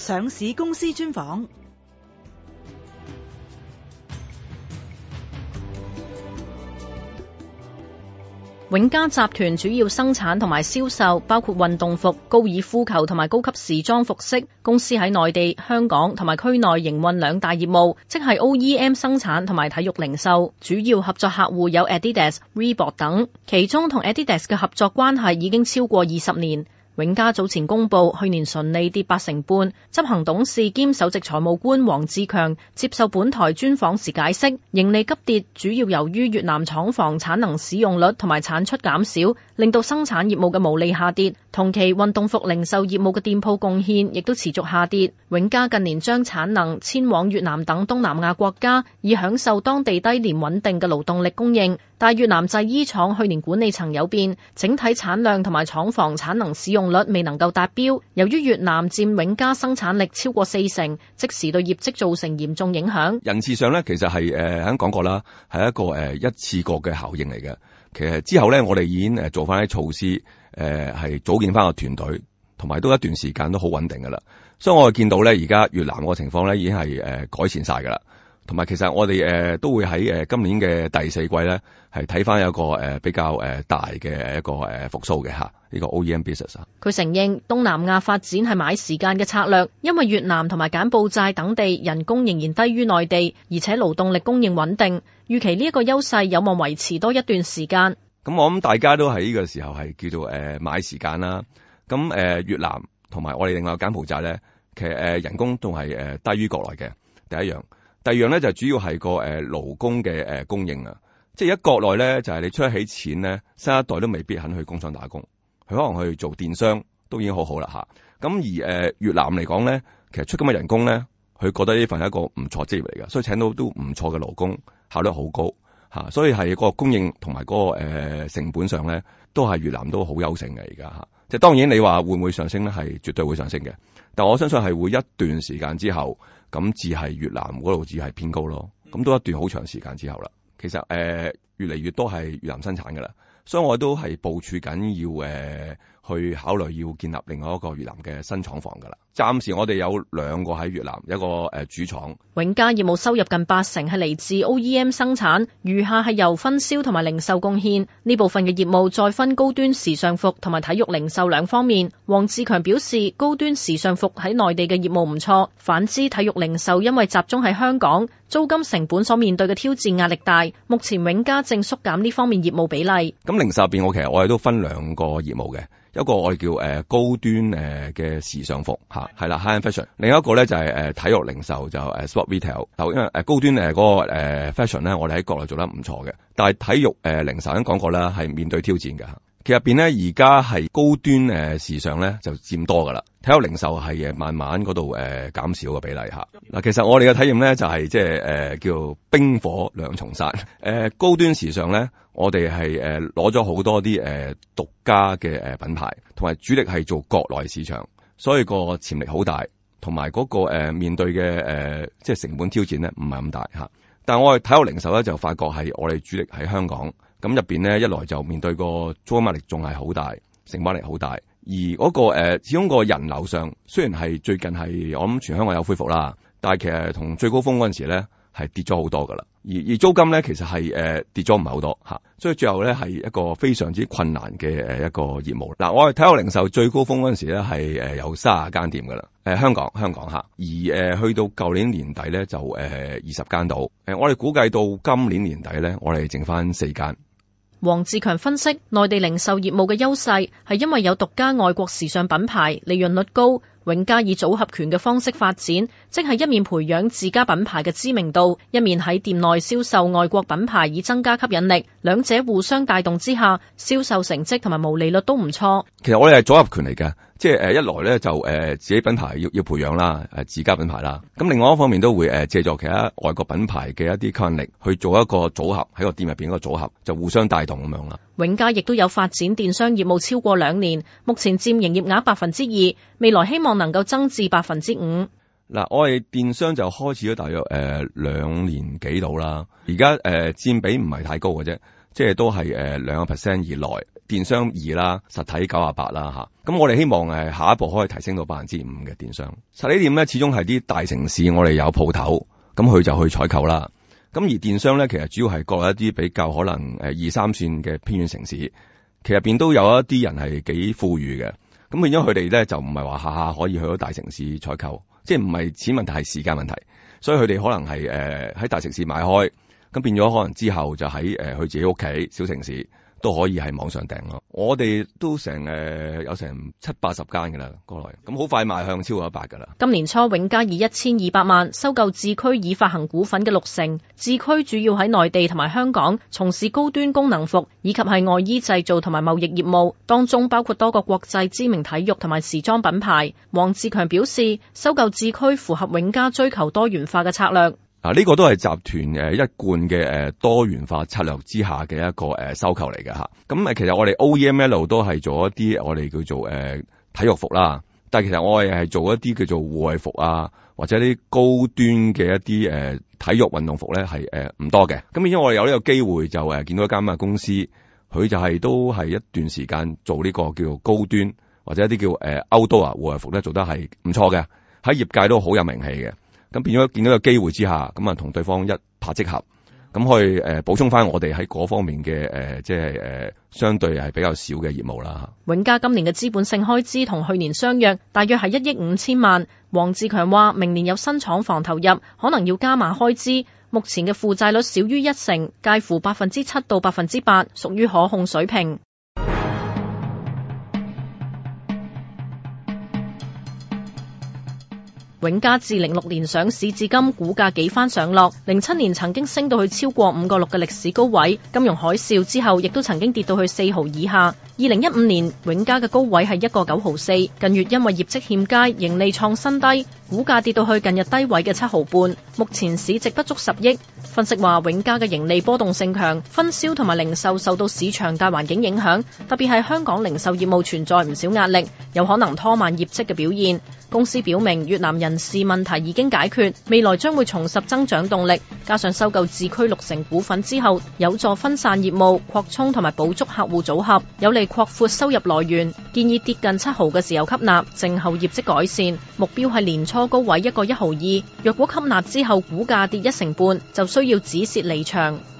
上市公司專訪。 永嘉集團主要生產同埋銷售包括運動服、高爾夫球同埋高級時裝服飾。公司喺內地、香港同埋區內營運兩大業務，即係 OEM 生產同埋體育零售。主要合作客戶有 Adidas、Reebok 等，其中同 Adidas 嘅合作關係已經超過20年。永嘉早前公布去年純利跌8.5%，執行董事兼首席財務官黃志強接受本台專訪時解釋，盈利急跌主要由於越南廠房產能使用率同埋產出減少，令到生產業務嘅毛利下跌。同期運動服零售業務嘅店鋪貢獻亦都持續下跌。永嘉近年將產能遷往越南等東南亞國家，以享受當地低廉穩定嘅勞動力供應。但越南製衣廠去年管理層有變，整體產量同埋廠房產能使用率未能夠達標。由於越南佔永嘉生產力超過40%，即時對業績造成嚴重影響。 人事上咧，其實係啱講過啦，係一個一次過嘅效應嚟嘅。其實之後咧，我哋已經做翻啲措施，係組建翻個團隊，同埋都一段時間都好穩定噶啦。所以我哋見到咧，而家越南個情況咧已經係改善晒噶啦。同埋其實我哋都會喺今年嘅第四季咧，係睇翻有個比較大嘅一個復甦嘅嚇，呢個 OEM business。 佢承認東南亞發展係買時間嘅策略，因為越南同埋柬埔寨等地人工仍然低於內地，而且勞動力供應穩定，預期呢一個優勢有望維持多一段時間。 咁我諗大家都喺呢個時候係叫做買時間啦。咁越南同埋我哋另外柬埔寨咧，其實人工仲係低於國內嘅，第一樣。第二樣咧就主要係個勞工嘅供應啊，即係而家國內咧就係你出得起錢咧，新一代都未必肯去工廠打工，佢可能去做電商都已經好好啦嚇。咁而越南嚟講咧，其實出咁嘅人工咧，佢覺得呢份係一個唔錯職業嚟㗎，所以請到都唔錯嘅勞工，效率好高嚇，所以係個供應同埋嗰個成本上咧，都係越南都好優勝嘅而家嚇。即係當然你話會唔會上升咧，係絕對會上升嘅，但我相信係會一段時間之後，咁至係越南嗰度至係偏高咯。咁都一段好長時間之後啦。其實越嚟越多係越南生產㗎啦，所以我都係部署緊要去考慮要建立另外一個越南嘅新廠房㗎啦。暫時我哋有2個喺越南，一個主廠。 永嘉業務收入近80%係嚟自 OEM 生產，餘下係由分銷同埋零售貢獻。呢部分嘅業務再分高端時尚服同埋體育零售兩方面。黃志強表示，高端時尚服喺內地嘅業務唔錯，反之體育零售因為集中喺香港，租金成本所面對嘅挑戰壓力大。目前永嘉正縮減呢方面業務比例。 咁零售入邊，我哋都分2個業務嘅。一個我哋叫高端嘅時尚服嚇，係啦 high-end fashion。另一個咧就係體育零售，就sport retail。因為高端嗰個fashion咧，我哋喺國內做得唔錯嘅，但係體育零售已經講過啦，係面對挑戰嘅。其實入邊咧，而家係高端時尚咧就佔多噶啦，體育零售係慢慢嗰度減少嘅比例嚇。嗱，其實我哋嘅體驗咧就係即係叫冰火兩重殺。高端時尚咧，我哋係攞咗好多啲獨家嘅品牌，同埋主力係做國內市場，所以個潛力好大，同埋嗰個面對嘅即係成本挑戰咧唔係咁大嚇。但係我哋體育零售咧就發覺係我哋主力喺香港。咁入邊咧，一來就面對個租金壓力仲係好大，成本壓力好大，而嗰個始終個人流上雖然係最近係我諗全香港有恢復啦，但係其實同最高峰嗰陣時咧係跌咗好多噶啦，而租金咧其實係跌咗唔係好多嚇，所以最後咧係一個非常之困難嘅一個業務。嗱，我哋體育零售最高峰嗰陣時咧係有30間店噶啦，香港嚇，而去到舊年年底咧就20間到，我哋估計到今年年底咧我哋剩翻4間。 黃志強分析，內地零售業務嘅優勢係因為有獨家外國時尚品牌，利潤率高。永嘉以組合拳嘅方式發展，即係一面培養自家品牌嘅知名度，一面喺店內銷售外國品牌以增加吸引力。兩者互相帶動之下，銷售成績同埋毛利率都唔錯。 其實我哋係組合拳嚟嘅，即係一來咧就自己品牌要培養啦，自家品牌啦。咁另外一方面都會借助其他外國品牌嘅一啲吸引力去做一個組合，喺個店入邊一個組合就互相帶動咁樣啦。 永嘉亦都有發展電商業務超過2年，目前佔營業額2%，未來希望能夠增至5%。 嗱，我哋電商就開始咗大約2年幾度啦，而家佔比唔係太高嘅啫，即係都係2%以內。 電商2啦，實體98啦嚇。咁我哋希望下一步可以提升到5%嘅電商。實體店咧始終係啲大城市，我哋有鋪頭，咁佢就去採購啦。咁而電商咧其實主要係國內一啲比較可能2、3線嘅偏遠城市，其實入邊都有一啲人係幾富裕嘅。咁變咗佢哋咧就唔係話下下可以去到大城市採購，即係唔係錢問題，係時間問題。所以佢哋可能係喺大城市買開，咁變咗可能之後就喺佢自己屋企小城市都可以喺網上訂咯。我哋都有成70-80間㗎啦，國內咁好快邁向超過100㗎啦。 今年初，永嘉以1200萬收購智駒已發行股份嘅60%。智駒主要喺內地同埋香港從事高端功能服以及係外衣製造同埋貿易業務，當中包括多個國際知名體育同埋時裝品牌。黃志強表示，收購智駒符合永嘉追求多元化嘅策略。 呢個都係集團一貫嘅多元化策略之下嘅一個收購嚟嘅嚇。咁其實我哋 OEM 都係做一啲我哋叫做體育服啦，但係其實我哋係做一啲叫做戶外服啊，或者啲高端嘅一啲體育運動服咧係唔多嘅。咁因為我哋有呢個機會就見到一間公司，佢就都係一段時間做呢個叫做高端或者一啲叫outdoor 戶外服咧做得係唔錯嘅，喺業界都好有名氣嘅。咁變咗見到個機會之下，咁同對方一拍即合，咁可以補充翻我哋喺嗰方面嘅即係相對係比較少嘅業務啦。 永嘉今年嘅資本性開支同去年相若，大約係1億5千萬。黃志強話：明年有新廠房投入，可能要加碼開支。目前嘅負債率少於1成，介乎7%到8%，屬於可控水平。永嘉自06年上市至今，股價幾番上落。07年曾經升到去超過5個6嘅歷史高位，金融海嘯之後亦都曾經跌到去4毫以下。2015年永嘉嘅高位係1個9毫4，近月因為業績欠佳，盈利創新低，股價跌到去近日低位嘅7毫半，目前市值不足10億。分析話永嘉嘅盈利波動性強，分銷同埋零售受到市場大環境影響，特別係香港零售業務存在唔少壓力，有可能拖慢業績嘅表現。公司表明越南人事問題已經解決，未來將會重拾增長動力，加上收購智駒60%股份之後，有助分散業務、擴充同埋補足客戶組合，有利擴闊收入來源。建議跌近7毫嘅時候吸納，靜候業績改善。目標係年初高位1個1毫2，若果吸納之後股價跌1成半，就需要止蝕離場。